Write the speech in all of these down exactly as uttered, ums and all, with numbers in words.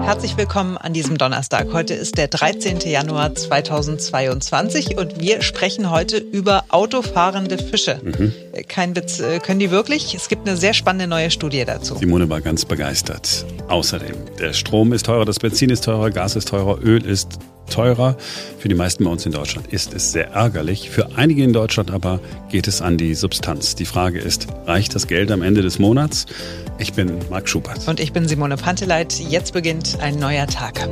Herzlich willkommen an diesem Donnerstag. Heute ist der dreizehnten Januar zweitausendzweiundzwanzig und wir sprechen heute über autofahrende Fische. Mhm. Kein Witz, können die wirklich? Es gibt eine sehr spannende neue Studie dazu. Simone war ganz begeistert. Außerdem, der Strom ist teurer, das Benzin ist teurer, Gas ist teurer, Öl ist teurer. Für die meisten bei uns in Deutschland ist es sehr ärgerlich. Für einige in Deutschland aber geht es an die Substanz. Die Frage ist, reicht das Geld am Ende des Monats? Ich bin Marc Schubert. Und ich bin Simone Panteleit. Jetzt beginnt ein neuer Tag.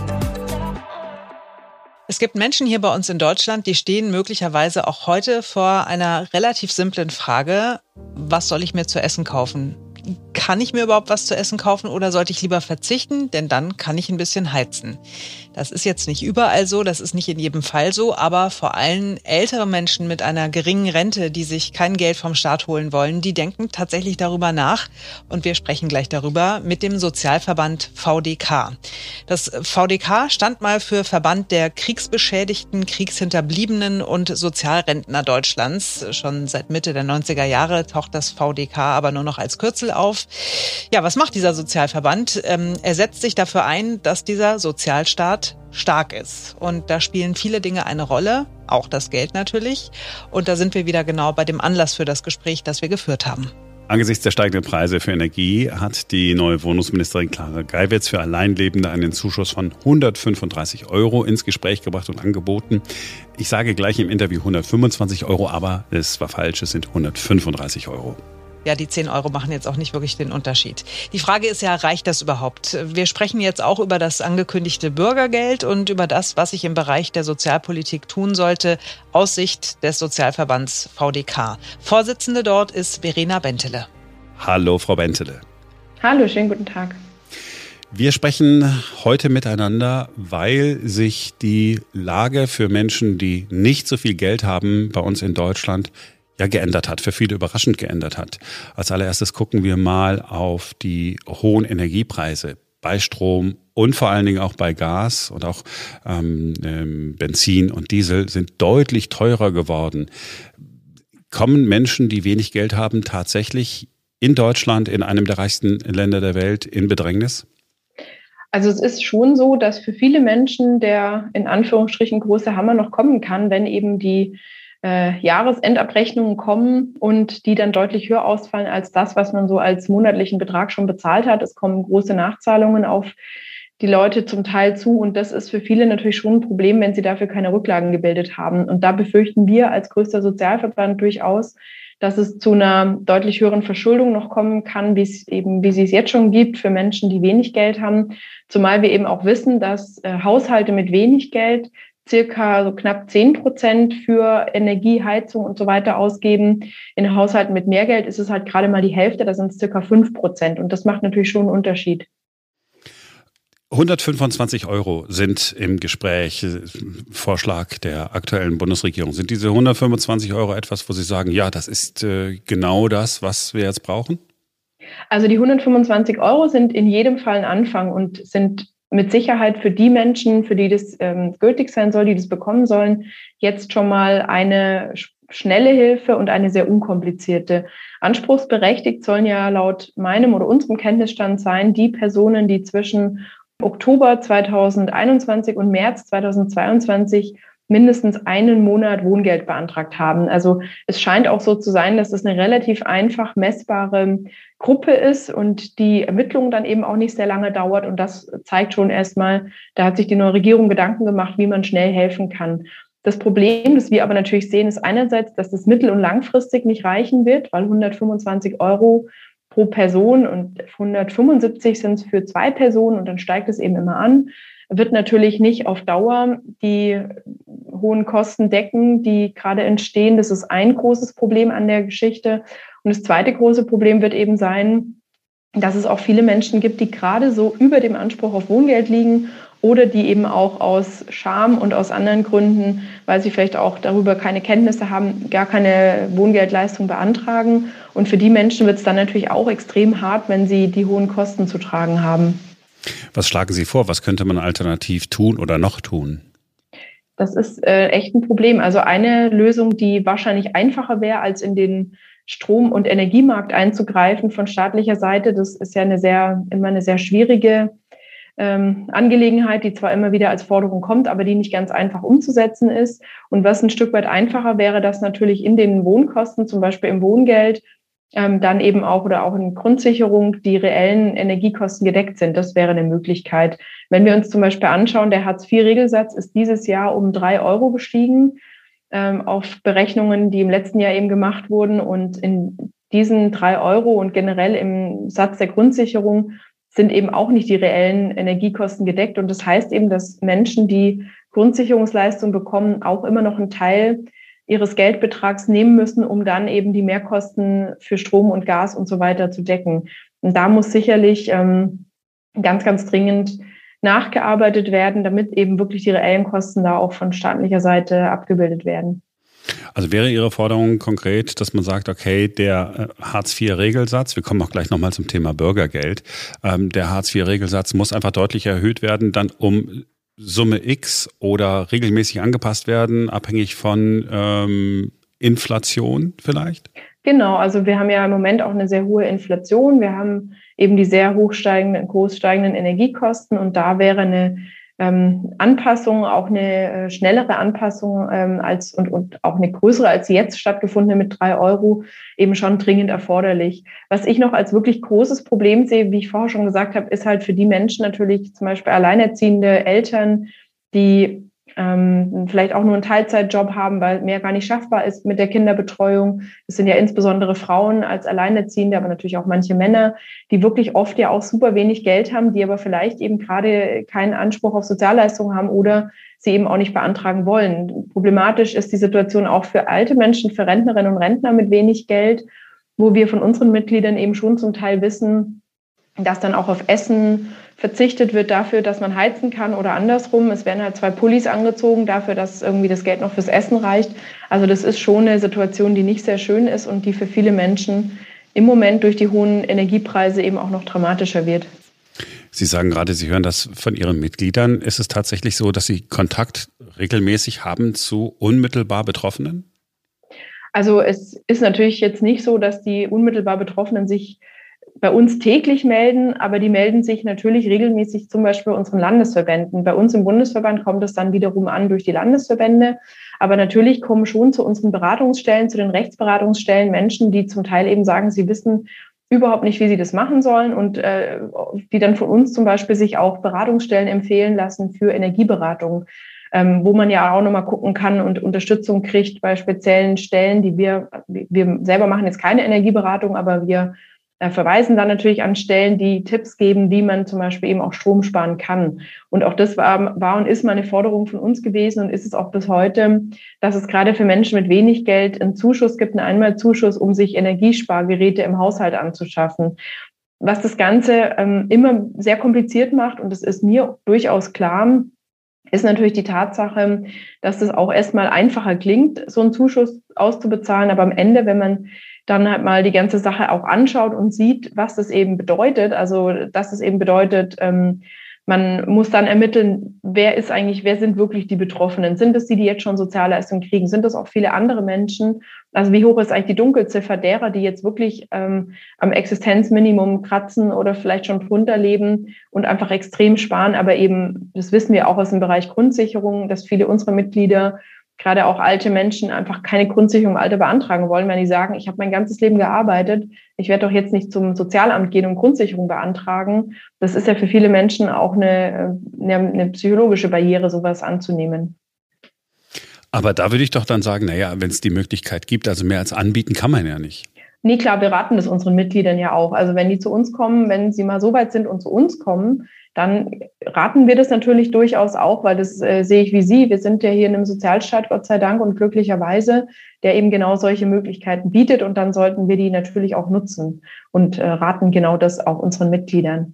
Es gibt Menschen hier bei uns in Deutschland, die stehen möglicherweise auch heute vor einer relativ simplen Frage: Was soll ich mir zu essen kaufen? Kann ich mir überhaupt was zu essen kaufen oder sollte ich lieber verzichten? Denn dann kann ich ein bisschen heizen. Das ist jetzt nicht überall so, das ist nicht in jedem Fall so, aber vor allem ältere Menschen mit einer geringen Rente, die sich kein Geld vom Staat holen wollen, die denken tatsächlich darüber nach. Und wir sprechen gleich darüber mit dem Sozialverband V D K. Das V D K stand mal für Verband der Kriegsbeschädigten, Kriegshinterbliebenen und Sozialrentner Deutschlands. Schon seit Mitte der neunziger Jahre taucht das V D K aber nur noch als Kürzel auf. Ja, was macht dieser Sozialverband? Ähm, er setzt sich dafür ein, dass dieser Sozialstaat stark ist. Und da spielen viele Dinge eine Rolle, auch das Geld natürlich. Und da sind wir wieder genau bei dem Anlass für das Gespräch, das wir geführt haben. Angesichts der steigenden Preise für Energie hat die neue Wohnungsministerin Clara Geiwitz für Alleinlebende einen Zuschuss von hundertfünfunddreißig Euro ins Gespräch gebracht und angeboten. Ich sage gleich im Interview hundertfünfundzwanzig Euro, aber es war falsch, es sind hundertfünfunddreißig Euro. Ja, die zehn Euro machen jetzt auch nicht wirklich den Unterschied. Die Frage ist ja, reicht das überhaupt? Wir sprechen jetzt auch über das angekündigte Bürgergeld und über das, was sich im Bereich der Sozialpolitik tun sollte, aus Sicht des Sozialverbands V D K. Vorsitzende dort ist Verena Bentele. Hallo, Frau Bentele. Hallo, schönen guten Tag. Wir sprechen heute miteinander, weil sich die Lage für Menschen, die nicht so viel Geld haben, bei uns in Deutschland ja geändert hat, für viele überraschend geändert hat. Als allererstes gucken wir mal auf die hohen Energiepreise bei Strom und vor allen Dingen auch bei Gas und auch ähm, ähm, Benzin und Diesel sind deutlich teurer geworden. Kommen Menschen, die wenig Geld haben, tatsächlich in Deutschland, in einem der reichsten Länder der Welt, in Bedrängnis? Also es ist schon so, dass für viele Menschen der in Anführungsstrichen große Hammer noch kommen kann, wenn eben die Äh, Jahresendabrechnungen kommen und die dann deutlich höher ausfallen als das, was man so als monatlichen Betrag schon bezahlt hat. Es kommen große Nachzahlungen auf die Leute zum Teil zu und das ist für viele natürlich schon ein Problem, wenn sie dafür keine Rücklagen gebildet haben. Und da befürchten wir als größter Sozialverband durchaus, dass es zu einer deutlich höheren Verschuldung noch kommen kann, wie es eben, wie sie es jetzt schon gibt für Menschen, die wenig Geld haben. Zumal wir eben auch wissen, dass äh, Haushalte mit wenig Geld circa so knapp zehn Prozent für Energie, Heizung und so weiter ausgeben. In Haushalten mit mehr Geld ist es halt gerade mal die Hälfte, da sind es circa fünf Prozent. Und das macht natürlich schon einen Unterschied. hundertfünfundzwanzig Euro sind im Gespräch, Vorschlag der aktuellen Bundesregierung. Sind diese hundertfünfundzwanzig Euro etwas, wo Sie sagen, ja, das ist äh, genau das, was wir jetzt brauchen? Also die hundertfünfundzwanzig Euro sind in jedem Fall ein Anfang und sind mit Sicherheit für die Menschen, für die das ähm, gültig sein soll, die das bekommen sollen, jetzt schon mal eine schnelle Hilfe und eine sehr unkomplizierte. Anspruchsberechtigt sollen ja laut meinem oder unserem Kenntnisstand sein, die Personen, die zwischen Oktober zweitausendeinundzwanzig und März zweitausendzweiundzwanzig mindestens einen Monat Wohngeld beantragt haben. Also es scheint auch so zu sein, dass es eine relativ einfach messbare Gruppe ist und die Ermittlung dann eben auch nicht sehr lange dauert. Und das zeigt schon erstmal, da hat sich die neue Regierung Gedanken gemacht, wie man schnell helfen kann. Das Problem, das wir aber natürlich sehen, ist einerseits, dass das mittel- und langfristig nicht reichen wird, weil hundertfünfundzwanzig Euro pro Person und hundertfünfundsiebzig sind es für zwei Personen und dann steigt es eben immer an, wird natürlich nicht auf Dauer die hohen Kosten decken, die gerade entstehen. Das ist ein großes Problem an der Geschichte. Und das zweite große Problem wird eben sein, dass es auch viele Menschen gibt, die gerade so über dem Anspruch auf Wohngeld liegen oder die eben auch aus Scham und aus anderen Gründen, weil sie vielleicht auch darüber keine Kenntnisse haben, gar keine Wohngeldleistung beantragen. Und für die Menschen wird es dann natürlich auch extrem hart, wenn sie die hohen Kosten zu tragen haben. Was schlagen Sie vor? Was könnte man alternativ tun oder noch tun? Das ist äh, echt ein Problem. Also eine Lösung, die wahrscheinlich einfacher wäre, als in den Strom- und Energiemarkt einzugreifen von staatlicher Seite. Das ist ja eine sehr, immer eine sehr schwierige ähm, Angelegenheit, die zwar immer wieder als Forderung kommt, aber die nicht ganz einfach umzusetzen ist. Und was ein Stück weit einfacher wäre, dass natürlich in den Wohnkosten, zum Beispiel im Wohngeld, ähm, dann eben auch oder auch in Grundsicherung die reellen Energiekosten gedeckt sind. Das wäre eine Möglichkeit. Wenn wir uns zum Beispiel anschauen, der Hartz vier Regelsatz ist dieses Jahr um drei Euro gestiegen, ähm, auf Berechnungen, die im letzten Jahr eben gemacht wurden. Und in diesen drei Euro und generell im Satz der Grundsicherung sind eben auch nicht die reellen Energiekosten gedeckt. Und das heißt eben, dass Menschen, die Grundsicherungsleistung bekommen, auch immer noch einen Teil ihres Geldbetrags nehmen müssen, um dann eben die Mehrkosten für Strom und Gas und so weiter zu decken. Und da muss sicherlich ähm, ganz, ganz dringend nachgearbeitet werden, damit eben wirklich die reellen Kosten da auch von staatlicher Seite abgebildet werden. Also wäre Ihre Forderung konkret, dass man sagt, okay, der Hartz vier Regelsatz, wir kommen auch gleich nochmal zum Thema Bürgergeld, ähm, der Hartz vier Regelsatz muss einfach deutlich erhöht werden, dann um Summe X oder regelmäßig angepasst werden, abhängig von ähm, Inflation vielleicht? Genau, also wir haben ja im Moment auch eine sehr hohe Inflation. Wir haben eben die sehr hochsteigenden, groß steigenden Energiekosten und da wäre eine ähm, Anpassung, auch eine äh, schnellere Anpassung ähm, als und, und auch eine größere als jetzt stattgefundene mit drei Euro eben schon dringend erforderlich. Was ich noch als wirklich großes Problem sehe, wie ich vorher schon gesagt habe, ist halt für die Menschen natürlich zum Beispiel alleinerziehende Eltern, die ähm, vielleicht auch nur einen Teilzeitjob haben, weil mehr gar nicht schaffbar ist mit der Kinderbetreuung. Das sind ja insbesondere Frauen als Alleinerziehende, aber natürlich auch manche Männer, die wirklich oft ja auch super wenig Geld haben, die aber vielleicht eben gerade keinen Anspruch auf Sozialleistungen haben oder sie eben auch nicht beantragen wollen. Problematisch ist die Situation auch für alte Menschen, für Rentnerinnen und Rentner mit wenig Geld, wo wir von unseren Mitgliedern eben schon zum Teil wissen, dass dann auch auf Essen verzichtet wird dafür, dass man heizen kann oder andersrum. Es werden halt zwei Pullis angezogen dafür, dass irgendwie das Geld noch fürs Essen reicht. Also das ist schon eine Situation, die nicht sehr schön ist und die für viele Menschen im Moment durch die hohen Energiepreise eben auch noch dramatischer wird. Sie sagen gerade, Sie hören das von Ihren Mitgliedern. Ist es tatsächlich so, dass Sie Kontakt regelmäßig haben zu unmittelbar Betroffenen? Also es ist natürlich jetzt nicht so, dass die unmittelbar Betroffenen sich bei uns täglich melden, aber die melden sich natürlich regelmäßig zum Beispiel bei unseren Landesverbänden. Bei uns im Bundesverband kommt es dann wiederum an durch die Landesverbände. Aber natürlich kommen schon zu unseren Beratungsstellen, zu den Rechtsberatungsstellen Menschen, die zum Teil eben sagen, sie wissen überhaupt nicht, wie sie das machen sollen und äh, die dann von uns zum Beispiel sich auch Beratungsstellen empfehlen lassen für Energieberatung, ähm, wo man ja auch nochmal gucken kann und Unterstützung kriegt bei speziellen Stellen, die wir, wir selber machen jetzt keine Energieberatung, aber wir verweisen dann natürlich an Stellen, die Tipps geben, wie man zum Beispiel eben auch Strom sparen kann. Und auch das war, war und ist mal eine Forderung von uns gewesen und ist es auch bis heute, dass es gerade für Menschen mit wenig Geld einen Zuschuss gibt, einen Einmalzuschuss, um sich Energiespargeräte im Haushalt anzuschaffen. Was das Ganze ähm, immer sehr kompliziert macht, und das ist mir durchaus klar, ist natürlich die Tatsache, dass es auch erstmal einfacher klingt, so einen Zuschuss auszubezahlen. Aber am Ende, wenn man dann halt mal die ganze Sache auch anschaut und sieht, was das eben bedeutet. Also, dass es eben bedeutet, ähm, man muss dann ermitteln, wer ist eigentlich, wer sind wirklich die Betroffenen? Sind es die, die jetzt schon Sozialleistungen kriegen? Sind es auch viele andere Menschen? Also, wie hoch ist eigentlich die Dunkelziffer derer, die jetzt wirklich ähm, am Existenzminimum kratzen oder vielleicht schon drunter leben und einfach extrem sparen? Aber eben, das wissen wir auch aus dem Bereich Grundsicherung, dass viele unserer Mitglieder, gerade auch alte Menschen, einfach keine Grundsicherung im Alter beantragen wollen, wenn die sagen, ich habe mein ganzes Leben gearbeitet, ich werde doch jetzt nicht zum Sozialamt gehen und Grundsicherung beantragen. Das ist ja für viele Menschen auch eine, eine, eine psychologische Barriere, sowas anzunehmen. Aber da würde ich doch dann sagen, naja, wenn es die Möglichkeit gibt, also mehr als anbieten kann man ja nicht. Nee, klar, wir raten das unseren Mitgliedern ja auch. Also wenn die zu uns kommen, wenn sie mal so weit sind und zu uns kommen, dann raten wir das natürlich durchaus auch, weil das äh, sehe ich wie Sie. Wir sind ja hier in einem Sozialstaat, Gott sei Dank und glücklicherweise, der eben genau solche Möglichkeiten bietet. Und dann sollten wir die natürlich auch nutzen und äh, raten genau das auch unseren Mitgliedern.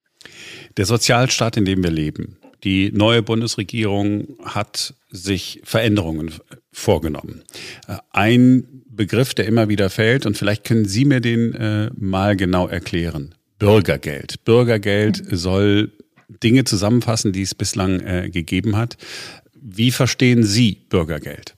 Der Sozialstaat, in dem wir leben, die neue Bundesregierung hat sich Veränderungen vorgenommen. Ein Begriff, der immer wieder fällt, und vielleicht können Sie mir den äh, mal genau erklären. Bürgergeld. Bürgergeld soll Dinge zusammenfassen, die es bislang äh, gegeben hat. Wie verstehen Sie Bürgergeld?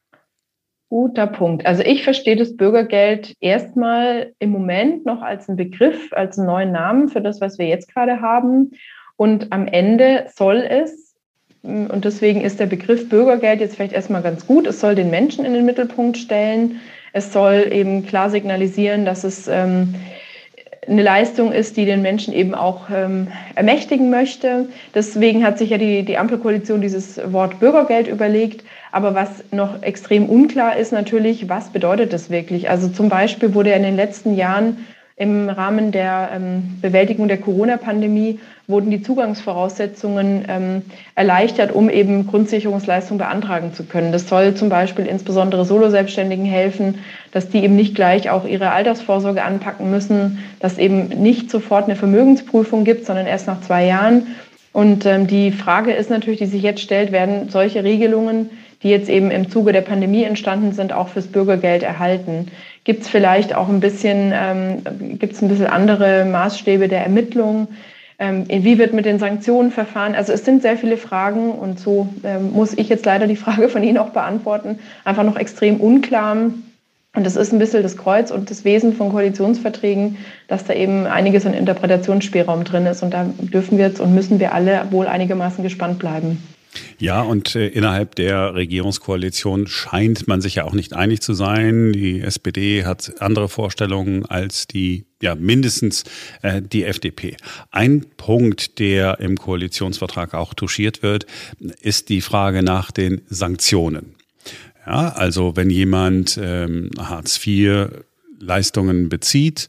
Guter Punkt. Also ich verstehe das Bürgergeld erstmal im Moment noch als einen Begriff, als einen neuen Namen für das, was wir jetzt gerade haben. Und am Ende soll es, und deswegen ist der Begriff Bürgergeld jetzt vielleicht erstmal ganz gut, es soll den Menschen in den Mittelpunkt stellen. Es soll eben klar signalisieren, dass es ähm, eine Leistung ist, die den Menschen eben auch ähm, ermächtigen möchte. Deswegen hat sich ja die, die Ampelkoalition dieses Wort Bürgergeld überlegt. Aber was noch extrem unklar ist natürlich, was bedeutet das wirklich? Also zum Beispiel wurde ja in den letzten Jahren im Rahmen der ähm, Bewältigung der Corona-Pandemie wurden die Zugangsvoraussetzungen ähm, erleichtert, um eben Grundsicherungsleistung beantragen zu können. Das soll zum Beispiel insbesondere Solo-Selbstständigen helfen, dass die eben nicht gleich auch ihre Altersvorsorge anpacken müssen, dass eben nicht sofort eine Vermögensprüfung gibt, sondern erst nach zwei Jahren. Und ähm, die Frage ist natürlich, die sich jetzt stellt, werden solche Regelungen, die jetzt eben im Zuge der Pandemie entstanden sind, auch fürs Bürgergeld erhalten? Gibt es vielleicht auch ein bisschen, ähm, gibt es ein bisschen andere Maßstäbe der Ermittlung? Ähm, wie wird mit den Sanktionen verfahren? Also es sind sehr viele Fragen und so ähm, muss ich jetzt leider die Frage von Ihnen auch beantworten. Einfach noch extrem unklar. Und das ist ein bisschen das Kreuz und das Wesen von Koalitionsverträgen, dass da eben einiges an Interpretationsspielraum drin ist. Und da dürfen wir jetzt und müssen wir alle wohl einigermaßen gespannt bleiben. Ja, und äh, innerhalb der Regierungskoalition scheint man sich ja auch nicht einig zu sein. Die S P D hat andere Vorstellungen als die, ja, mindestens äh, die F D P. Ein Punkt, der im Koalitionsvertrag auch touchiert wird, ist die Frage nach den Sanktionen. Ja, also wenn jemand ähm, Hartz vier Leistungen bezieht,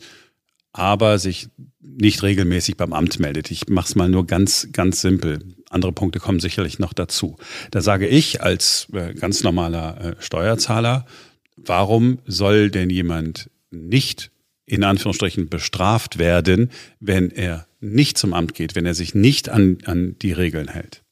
aber sich nicht regelmäßig beim Amt meldet. Ich mache es mal nur ganz, ganz simpel. Andere Punkte kommen sicherlich noch dazu. Da sage ich als äh, ganz normaler äh, Steuerzahler, warum soll denn jemand nicht in Anführungsstrichen bestraft werden, wenn er nicht zum Amt geht, wenn er sich nicht an, an die Regeln hält?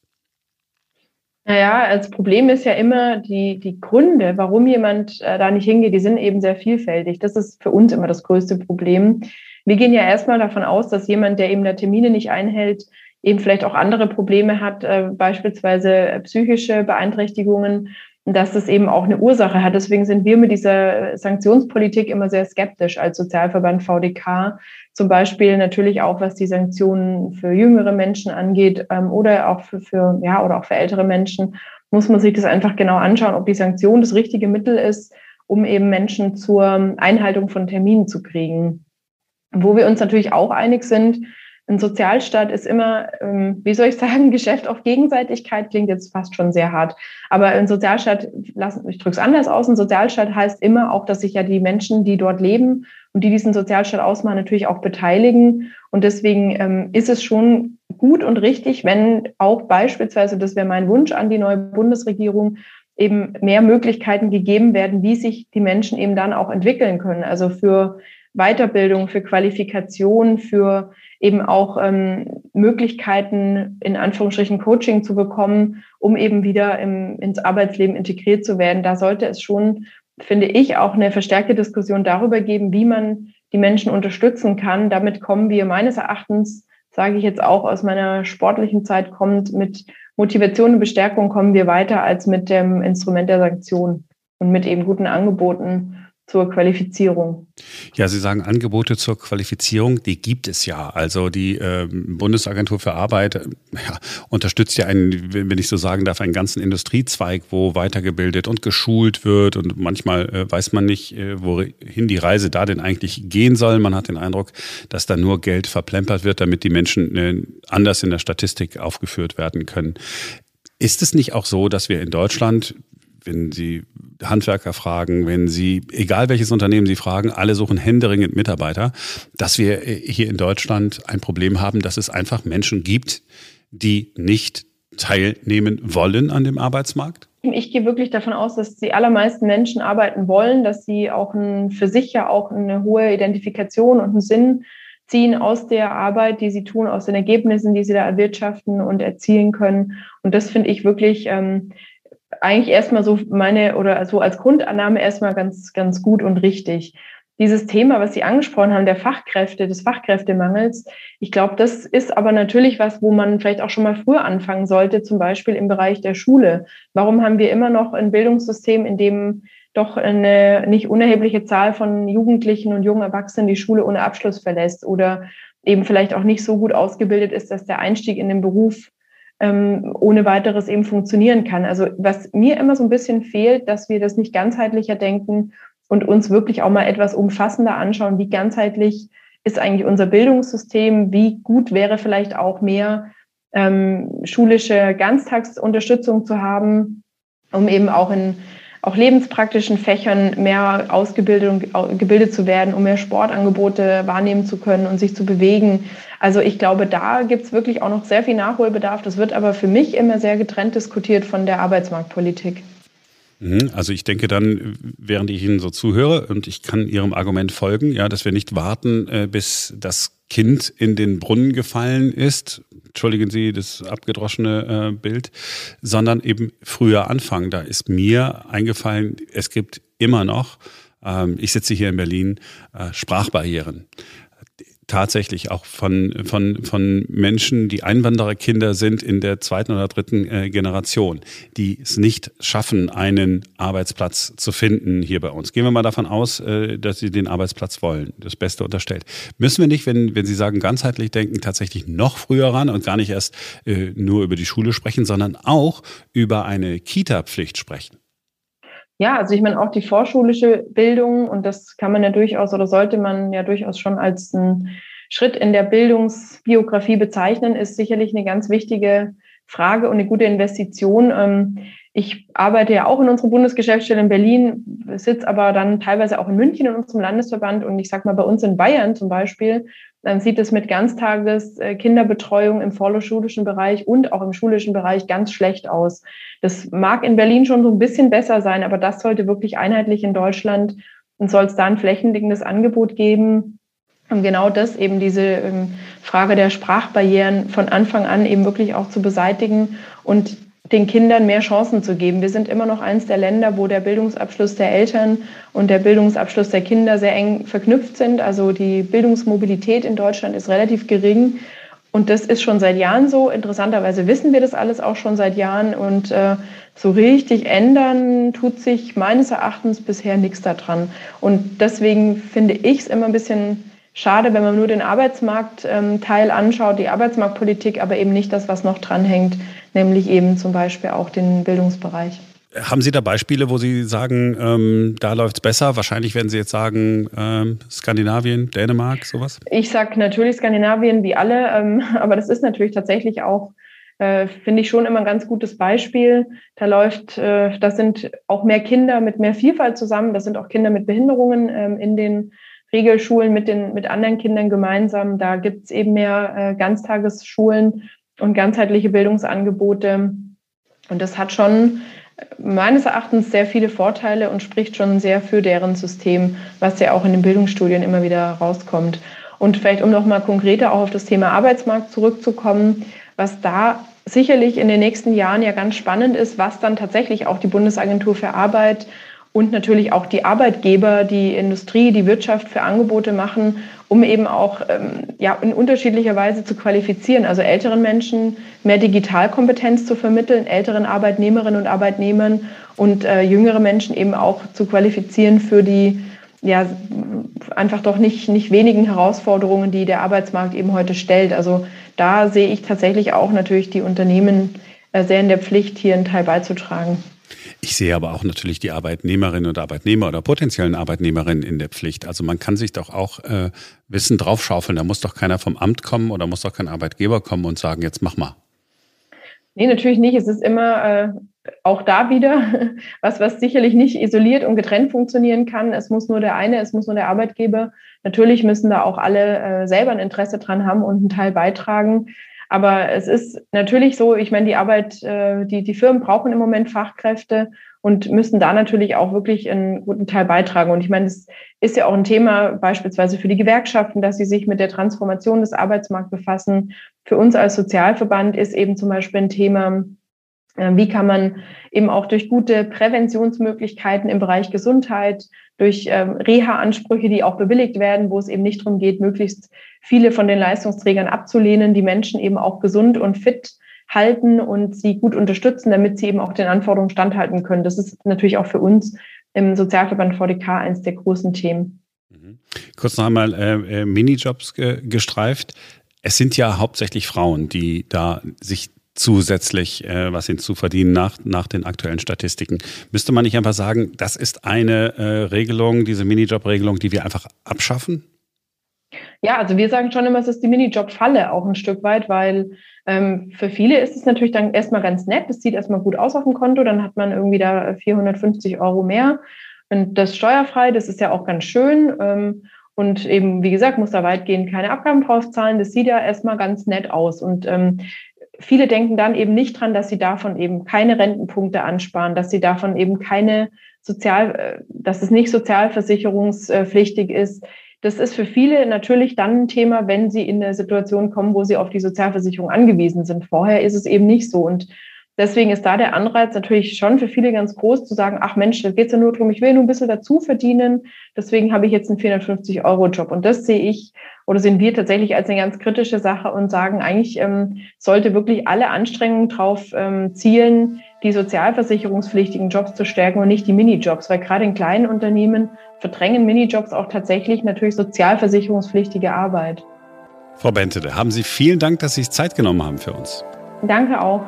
Naja, das Problem ist ja immer, die, die Gründe, warum jemand äh, da nicht hingeht, die sind eben sehr vielfältig. Das ist für uns immer das größte Problem. Wir gehen ja erstmal davon aus, dass jemand, der eben der Termine nicht einhält, eben vielleicht auch andere Probleme hat, äh, beispielsweise psychische Beeinträchtigungen, dass das eben auch eine Ursache hat. Deswegen sind wir mit dieser Sanktionspolitik immer sehr skeptisch als Sozialverband V D K. Zum Beispiel natürlich auch, was die Sanktionen für jüngere Menschen angeht ähm, oder auch für, für, ja, oder auch für ältere Menschen, muss man sich das einfach genau anschauen, ob die Sanktion das richtige Mittel ist, um eben Menschen zur Einhaltung von Terminen zu kriegen. Wo wir uns natürlich auch einig sind, ein Sozialstaat ist immer, ähm, wie soll ich sagen, Geschäft auf Gegenseitigkeit, klingt jetzt fast schon sehr hart. Aber ein Sozialstaat, ich drücke es anders aus, ein Sozialstaat heißt immer auch, dass sich ja die Menschen, die dort leben und die diesen Sozialstaat ausmachen, natürlich auch beteiligen. Und deswegen ähm, ist es schon gut und richtig, wenn auch beispielsweise, das wäre mein Wunsch an die neue Bundesregierung, eben mehr Möglichkeiten gegeben werden, wie sich die Menschen eben dann auch entwickeln können. Also für Weiterbildung, für Qualifikation, für eben auch ähm, Möglichkeiten, in Anführungsstrichen Coaching zu bekommen, um eben wieder im, ins Arbeitsleben integriert zu werden. Da sollte es schon, finde ich, auch eine verstärkte Diskussion darüber geben, wie man die Menschen unterstützen kann. Damit kommen wir meines Erachtens, sage ich jetzt auch aus meiner sportlichen Zeit kommend, mit Motivation und Bestärkung kommen wir weiter als mit dem Instrument der Sanktionen und mit eben guten Angeboten zur Qualifizierung. Ja, Sie sagen Angebote zur Qualifizierung, die gibt es ja. Also die äh, Bundesagentur für Arbeit äh, ja, unterstützt ja einen, wenn ich so sagen darf, einen ganzen Industriezweig, wo weitergebildet und geschult wird und manchmal äh, weiß man nicht, äh, wohin die Reise da denn eigentlich gehen soll. Man hat den Eindruck, dass da nur Geld verplempert wird, damit die Menschen äh, anders in der Statistik aufgeführt werden können. Ist es nicht auch so, dass wir in Deutschland, wenn Sie Handwerker fragen, wenn Sie, egal welches Unternehmen Sie fragen, alle suchen händeringend Mitarbeiter, dass wir hier in Deutschland ein Problem haben, dass es einfach Menschen gibt, die nicht teilnehmen wollen an dem Arbeitsmarkt? Ich gehe wirklich davon aus, dass die allermeisten Menschen arbeiten wollen, dass sie auch ein, für sich ja auch eine hohe Identifikation und einen Sinn ziehen aus der Arbeit, die sie tun, aus den Ergebnissen, die sie da erwirtschaften und erzielen können. Und das finde ich wirklich ähm, eigentlich erstmal so meine oder so als Grundannahme erstmal ganz, ganz gut und richtig. Dieses Thema, was Sie angesprochen haben, der Fachkräfte, des Fachkräftemangels, ich glaube, das ist aber natürlich was, wo man vielleicht auch schon mal früher anfangen sollte, zum Beispiel im Bereich der Schule. Warum haben wir immer noch ein Bildungssystem, in dem doch eine nicht unerhebliche Zahl von Jugendlichen und jungen Erwachsenen die Schule ohne Abschluss verlässt? Oder eben vielleicht auch nicht so gut ausgebildet ist, dass der Einstieg in den Beruf ähm, ohne weiteres eben funktionieren kann. Also was mir immer so ein bisschen fehlt, dass wir das nicht ganzheitlicher denken und uns wirklich auch mal etwas umfassender anschauen, wie ganzheitlich ist eigentlich unser Bildungssystem, wie gut wäre vielleicht auch mehr ähm, schulische Ganztagsunterstützung zu haben, um eben auch in auch lebenspraktischen Fächern mehr ausgebildet und gebildet zu werden, um mehr Sportangebote wahrnehmen zu können und sich zu bewegen. Also ich glaube, da gibt es wirklich auch noch sehr viel Nachholbedarf. Das wird aber für mich immer sehr getrennt diskutiert von der Arbeitsmarktpolitik. Also ich denke dann, während ich Ihnen so zuhöre und ich kann Ihrem Argument folgen, ja, dass wir nicht warten, bis das Kind in den Brunnen gefallen ist, entschuldigen Sie das abgedroschene äh, Bild, sondern eben früher anfangen. Da ist mir eingefallen, es gibt immer noch, ähm, ich sitze hier in Berlin, äh, Sprachbarrieren. Tatsächlich auch von, von, von Menschen, die Einwandererkinder sind in der zweiten oder dritten äh, Generation, die es nicht schaffen, einen Arbeitsplatz zu finden hier bei uns. Gehen wir mal davon aus, äh, dass sie den Arbeitsplatz wollen, das Beste unterstellt. Müssen wir nicht, wenn, wenn Sie sagen, ganzheitlich denken, tatsächlich noch früher ran und gar nicht erst äh, nur über die Schule sprechen, sondern auch über eine Kita-Pflicht sprechen? Ja, also ich meine auch die vorschulische Bildung, und das kann man ja durchaus oder sollte man ja durchaus schon als einen Schritt in der Bildungsbiografie bezeichnen, ist sicherlich eine ganz wichtige Frage und eine gute Investition. Ich arbeite ja auch in unserer Bundesgeschäftsstelle in Berlin, sitze aber dann teilweise auch in München in unserem Landesverband, und ich sage mal, bei uns in Bayern zum Beispiel, dann sieht es mit Ganztages-Kinderbetreuung im vorschulischen Bereich und auch im schulischen Bereich ganz schlecht aus. Das mag in Berlin schon so ein bisschen besser sein, aber das sollte wirklich einheitlich in Deutschland, und soll es da ein flächendeckendes Angebot geben, um genau das, eben diese ähm, Frage der Sprachbarrieren von Anfang an eben wirklich auch zu beseitigen und den Kindern mehr Chancen zu geben. Wir sind immer noch eines der Länder, wo der Bildungsabschluss der Eltern und der Bildungsabschluss der Kinder sehr eng verknüpft sind. Also die Bildungsmobilität in Deutschland ist relativ gering. Und das ist schon seit Jahren so. Interessanterweise wissen wir das alles auch schon seit Jahren. Und äh, so richtig ändern tut sich meines Erachtens bisher nichts daran. Und deswegen finde ich es immer ein bisschen schade, wenn man nur den Arbeitsmarktteil ähm, anschaut, die Arbeitsmarktpolitik, aber eben nicht das, was noch dranhängt, nämlich eben zum Beispiel auch den Bildungsbereich. Haben Sie da Beispiele, wo Sie sagen, ähm, da läuft es besser? Wahrscheinlich werden Sie jetzt sagen, ähm, Skandinavien, Dänemark, sowas? Ich sage natürlich Skandinavien wie alle, ähm, aber das ist natürlich tatsächlich auch, äh, finde ich schon immer ein ganz gutes Beispiel. Da läuft, äh, das sind auch mehr Kinder mit mehr Vielfalt zusammen, das sind auch Kinder mit Behinderungen ähm, in den Regelschulen mit den mit anderen Kindern gemeinsam. Da gibt es eben mehr äh, Ganztagesschulen und ganzheitliche Bildungsangebote. Und das hat schon meines Erachtens sehr viele Vorteile und spricht schon sehr für deren System, was ja auch in den Bildungsstudien immer wieder rauskommt. Und vielleicht, um nochmal konkreter auch auf das Thema Arbeitsmarkt zurückzukommen, was da sicherlich in den nächsten Jahren ja ganz spannend ist, was dann tatsächlich auch die Bundesagentur für Arbeit und natürlich auch die Arbeitgeber, die Industrie, die Wirtschaft für Angebote machen, um eben auch ähm, ja, in unterschiedlicher Weise zu qualifizieren. Also älteren Menschen mehr Digitalkompetenz zu vermitteln, älteren Arbeitnehmerinnen und Arbeitnehmern, und äh, jüngere Menschen eben auch zu qualifizieren für die ja einfach doch nicht, nicht wenigen Herausforderungen, die der Arbeitsmarkt eben heute stellt. Also da sehe ich tatsächlich auch natürlich die Unternehmen äh, sehr in der Pflicht, hier einen Teil beizutragen. Ich sehe aber auch natürlich die Arbeitnehmerinnen und Arbeitnehmer oder potenziellen Arbeitnehmerinnen in der Pflicht. Also man kann sich doch auch äh, Wissen draufschaufeln. Da muss doch keiner vom Amt kommen oder muss doch kein Arbeitgeber kommen und sagen, jetzt mach mal. Nee, natürlich nicht. Es ist immer äh, auch da wieder was, was sicherlich nicht isoliert und getrennt funktionieren kann. Es muss nur der eine, es muss nur der Arbeitgeber. Natürlich müssen da auch alle äh, selber ein Interesse dran haben und einen Teil beitragen. Aber es ist natürlich so, ich meine, die Arbeit, äh, die, die Firmen brauchen im Moment Fachkräfte und müssen da natürlich auch wirklich einen guten Teil beitragen. Und ich meine, das ist ja auch ein Thema beispielsweise für die Gewerkschaften, dass sie sich mit der Transformation des Arbeitsmarkts befassen. Für uns als Sozialverband ist eben zum Beispiel ein Thema, wie kann man eben auch durch gute Präventionsmöglichkeiten im Bereich Gesundheit, durch ähm, Reha-Ansprüche, die auch bewilligt werden, wo es eben nicht darum geht, möglichst viele von den Leistungsträgern abzulehnen, die Menschen eben auch gesund und fit halten und sie gut unterstützen, damit sie eben auch den Anforderungen standhalten können. Das ist natürlich auch für uns im Sozialverband V D K eines der großen Themen. Mhm. Kurz noch einmal äh, Minijobs ge- gestreift. Es sind ja hauptsächlich Frauen, die da sich zusätzlich äh, was hinzuverdienen nach, nach den aktuellen Statistiken. Müsste man nicht einfach sagen, das ist eine äh, Regelung, diese Minijob-Regelung, die wir einfach abschaffen? Ja, also wir sagen schon immer, es ist die Minijob-Falle auch ein Stück weit, weil ähm, für viele ist es natürlich dann erstmal ganz nett. Es sieht erstmal gut aus auf dem Konto, dann hat man irgendwie da vierhundertfünfzig Euro mehr. Und das steuerfrei, das ist ja auch ganz schön. Ähm, und eben, wie gesagt, muss da weitgehend keine Abgaben drauf zahlen. Das sieht ja erstmal ganz nett aus. Und ähm, viele denken dann eben nicht dran, dass sie davon eben keine Rentenpunkte ansparen, dass sie davon eben keine Sozial, dass es nicht sozialversicherungspflichtig ist. Das ist für viele natürlich dann ein Thema, wenn sie in eine Situation kommen, wo sie auf die Sozialversicherung angewiesen sind. Vorher ist es eben nicht so. Und deswegen ist da der Anreiz natürlich schon für viele ganz groß, zu sagen, ach Mensch, da geht es ja nur darum, ich will nur ein bisschen dazu verdienen. Deswegen habe ich jetzt einen vierhundertfünfzig Euro Job. Und das sehe ich oder sehen wir tatsächlich als eine ganz kritische Sache und sagen, eigentlich ähm, sollte wirklich alle Anstrengungen drauf ähm, zielen, die sozialversicherungspflichtigen Jobs zu stärken und nicht die Minijobs. Weil gerade in kleinen Unternehmen verdrängen Minijobs auch tatsächlich natürlich sozialversicherungspflichtige Arbeit. Frau Bentele, haben Sie vielen Dank, dass Sie sich Zeit genommen haben für uns. Danke auch.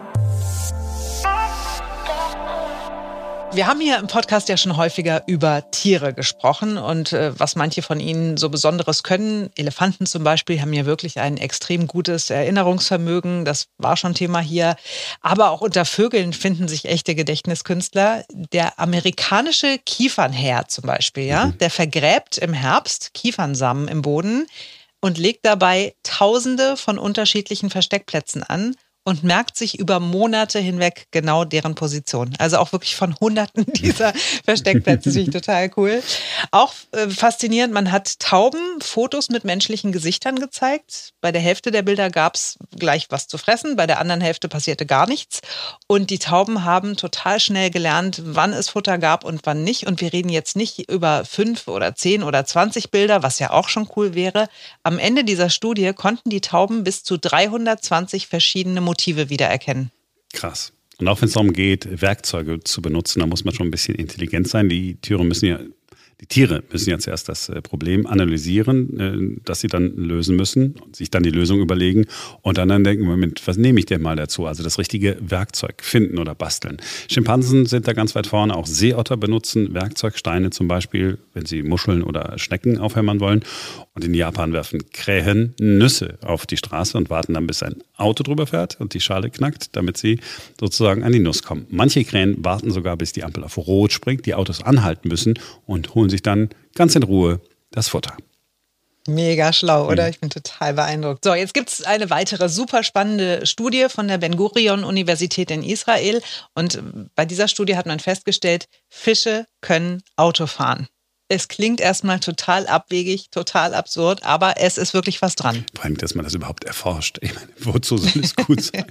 Wir haben hier im Podcast ja schon häufiger über Tiere gesprochen und äh, was manche von ihnen so Besonderes können. Elefanten zum Beispiel haben ja wirklich ein extrem gutes Erinnerungsvermögen. Das war schon Thema hier. Aber auch unter Vögeln finden sich echte Gedächtniskünstler. Der amerikanische Kiefernhäher zum Beispiel, ja, mhm. der vergräbt im Herbst Kiefernsamen im Boden und legt dabei Tausende von unterschiedlichen Versteckplätzen an und merkt sich über Monate hinweg genau deren Position. Also auch wirklich von Hunderten dieser Versteckplätze. Das finde ich total cool. Auch äh, faszinierend, man hat Tauben Fotos mit menschlichen Gesichtern gezeigt. Bei der Hälfte der Bilder gab es gleich was zu fressen, bei der anderen Hälfte passierte gar nichts. Und die Tauben haben total schnell gelernt, wann es Futter gab und wann nicht. Und wir reden jetzt nicht über fünf oder zehn oder zwanzig Bilder, was ja auch schon cool wäre. Am Ende dieser Studie konnten die Tauben bis zu dreihundertzwanzig verschiedene Motive wiedererkennen. Krass. Und auch wenn es darum geht, Werkzeuge zu benutzen, da muss man schon ein bisschen intelligent sein. Die Tiere müssen ja, die Tiere müssen ja zuerst das Problem analysieren, das sie dann lösen müssen, sich dann die Lösung überlegen und dann, dann denken, Moment, was nehme ich denn mal dazu? Also das richtige Werkzeug finden oder basteln. Schimpansen sind da ganz weit vorne, auch Seeotter benutzen Werkzeugsteine zum Beispiel, wenn sie Muscheln oder Schnecken aufhämmern wollen. Und in Japan werfen Krähen Nüsse auf die Straße und warten dann, bis ein Auto drüber fährt und die Schale knackt, damit sie sozusagen an die Nuss kommen. Manche Krähen warten sogar, bis die Ampel auf Rot springt, die Autos anhalten müssen und holen sich dann ganz in Ruhe das Futter. Mega schlau, oder? Ich bin total beeindruckt. So, jetzt gibt es eine weitere super spannende Studie von der Ben-Gurion-Universität in Israel. Und bei dieser Studie hat man festgestellt, Fische können Auto fahren. Es klingt erstmal total abwegig, total absurd, aber es ist wirklich was dran. Vor allem, dass man das überhaupt erforscht. Ich meine, wozu soll es gut sein?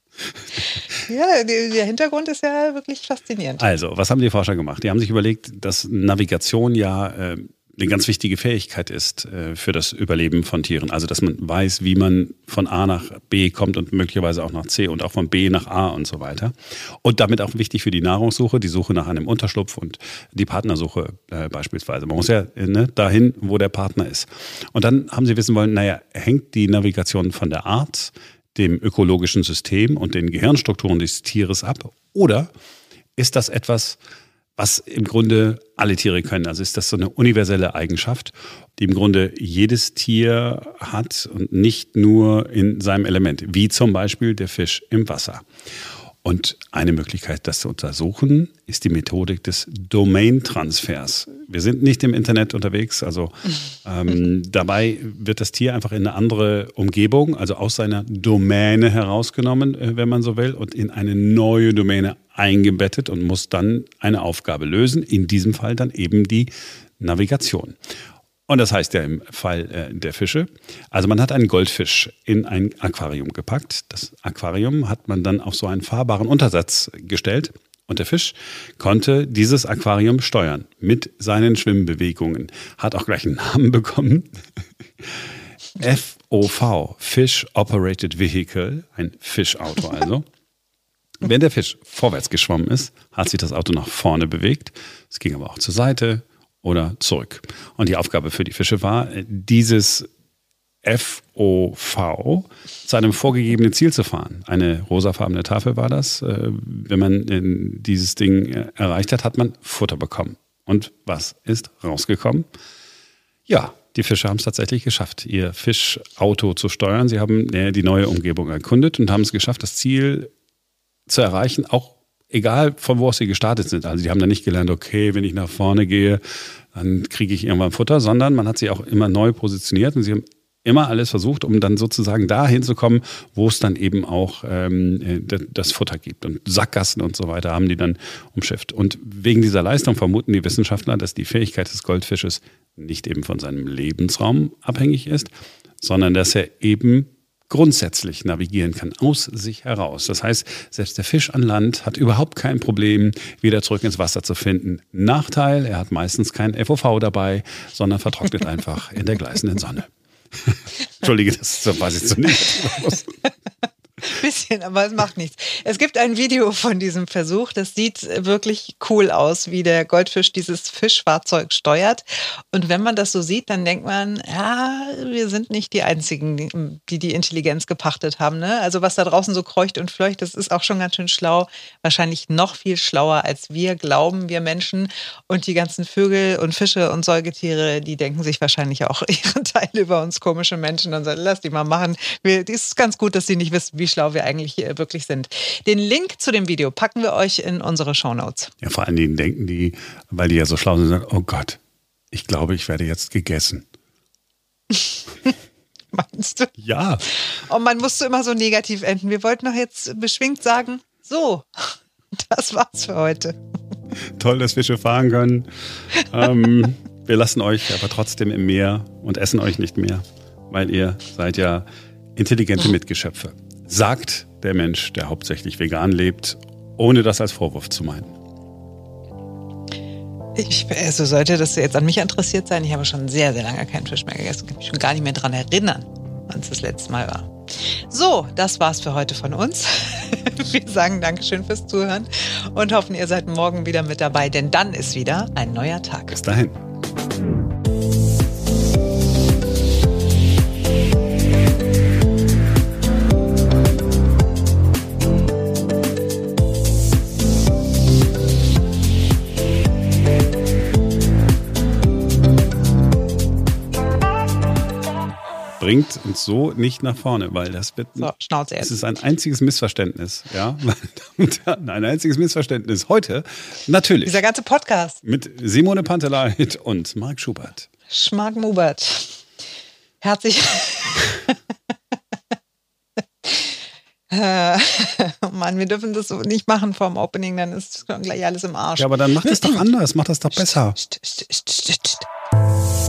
Ja, der Hintergrund ist ja wirklich faszinierend. Also, was haben die Forscher gemacht? Die haben sich überlegt, dass Navigation ja äh, eine ganz wichtige Fähigkeit ist äh, für das Überleben von Tieren. Also, dass man weiß, wie man von A nach B kommt und möglicherweise auch nach C und auch von B nach A und so weiter. Und damit auch wichtig für die Nahrungssuche, die Suche nach einem Unterschlupf und die Partnersuche äh, beispielsweise. Man muss ja äh, ne, dahin, wo der Partner ist. Und dann haben sie wissen wollen, naja, hängt die Navigation von der Art, dem ökologischen System und den Gehirnstrukturen des Tieres ab? Oder ist das etwas, was im Grunde alle Tiere können? Also ist das so eine universelle Eigenschaft, die im Grunde jedes Tier hat und nicht nur in seinem Element, wie zum Beispiel der Fisch im Wasser. Und eine Möglichkeit, das zu untersuchen, ist die Methodik des Domain-Transfers. Wir sind nicht im Internet unterwegs, also ähm, dabei wird das Tier einfach in eine andere Umgebung, also aus seiner Domäne herausgenommen, äh, wenn man so will, und in eine neue Domäne eingebettet und muss dann eine Aufgabe lösen, in diesem Fall dann eben die Navigation. Und das heißt ja im Fall äh, der Fische, also man hat einen Goldfisch in ein Aquarium gepackt. Das Aquarium hat man dann auf so einen fahrbaren Untersatz gestellt. Und der Fisch konnte dieses Aquarium steuern mit seinen Schwimmbewegungen. Hat auch gleich einen Namen bekommen. F O V, Fish Operated Vehicle, ein Fischauto also. Wenn der Fisch vorwärts geschwommen ist, hat sich das Auto nach vorne bewegt. Es ging aber auch zur Seite oder zurück. Und die Aufgabe für die Fische war, dieses F O V zu einem vorgegebenen Ziel zu fahren. Eine rosafarbene Tafel war das. Wenn man dieses Ding erreicht hat, hat man Futter bekommen. Und was ist rausgekommen? Ja, die Fische haben es tatsächlich geschafft, ihr Fischauto zu steuern. Sie haben die neue Umgebung erkundet und haben es geschafft, das Ziel zu erreichen, auch egal von wo aus sie gestartet sind. Also die haben dann nicht gelernt, okay, wenn ich nach vorne gehe, dann kriege ich irgendwann Futter, sondern man hat sie auch immer neu positioniert und sie haben immer alles versucht, um dann sozusagen dahin zu kommen, wo es dann eben auch ähm, das Futter gibt. Und Sackgassen und so weiter haben die dann umschifft. Und wegen dieser Leistung vermuten die Wissenschaftler, dass die Fähigkeit des Goldfisches nicht eben von seinem Lebensraum abhängig ist, sondern dass er eben grundsätzlich navigieren kann, aus sich heraus. Das heißt, selbst der Fisch an Land hat überhaupt kein Problem, wieder zurück ins Wasser zu finden. Nachteil, er hat meistens kein F O V dabei, sondern vertrocknet einfach in der gleißenden Sonne. Entschuldige, das war jetzt so negativ aus. Bisschen, aber es macht nichts. Es gibt ein Video von diesem Versuch, das sieht wirklich cool aus, wie der Goldfisch dieses Fischfahrzeug steuert. Und wenn man das so sieht, dann denkt man, ja, wir sind nicht die Einzigen, die die Intelligenz gepachtet haben. Ne? Also was da draußen so kreucht und fleucht, das ist auch schon ganz schön schlau. Wahrscheinlich noch viel schlauer, als wir glauben, wir Menschen. Und die ganzen Vögel und Fische und Säugetiere, die denken sich wahrscheinlich auch ihren Teil über uns komische Menschen und sagen, lass die mal machen. Es ist ganz gut, dass sie nicht wissen, wie schlau wir eigentlich hier wirklich sind. Den Link zu dem Video packen wir euch in unsere Shownotes. Ja, vor allen Dingen denken die, weil die ja so schlau sind, sagen, oh Gott, ich glaube, ich werde jetzt gegessen. Meinst du? Ja. Und man musste immer so negativ enden. Wir wollten doch jetzt beschwingt sagen, so, das war's für heute. Toll, dass Fische fahren können. ähm, wir lassen euch aber trotzdem im Meer und essen euch nicht mehr, weil ihr seid ja intelligente Mitgeschöpfe. Sagt der Mensch, der hauptsächlich vegan lebt, ohne das als Vorwurf zu meinen. Ich, also sollte das jetzt an mich interessiert sein, ich habe schon sehr, sehr lange keinen Fisch mehr gegessen. Ich kann mich schon gar nicht mehr daran erinnern, wann es das letzte Mal war. So, das war's für heute von uns. Wir sagen Dankeschön fürs Zuhören und hoffen, ihr seid morgen wieder mit dabei, denn dann ist wieder ein neuer Tag. Bis dahin. Bringt uns so nicht nach vorne, weil das wird, so, Schnauze jetzt. Es ist ein einziges Missverständnis, ja, ein einziges Missverständnis heute, natürlich. Dieser ganze Podcast. Mit Simone Panteleit und Marc Schubert. Schmark Mubert. Herzlich. äh, Mann, wir dürfen das so nicht machen vorm Opening, dann ist gleich alles im Arsch. Ja, aber dann mach das doch anders, mach das doch besser. St, st, st, st, st.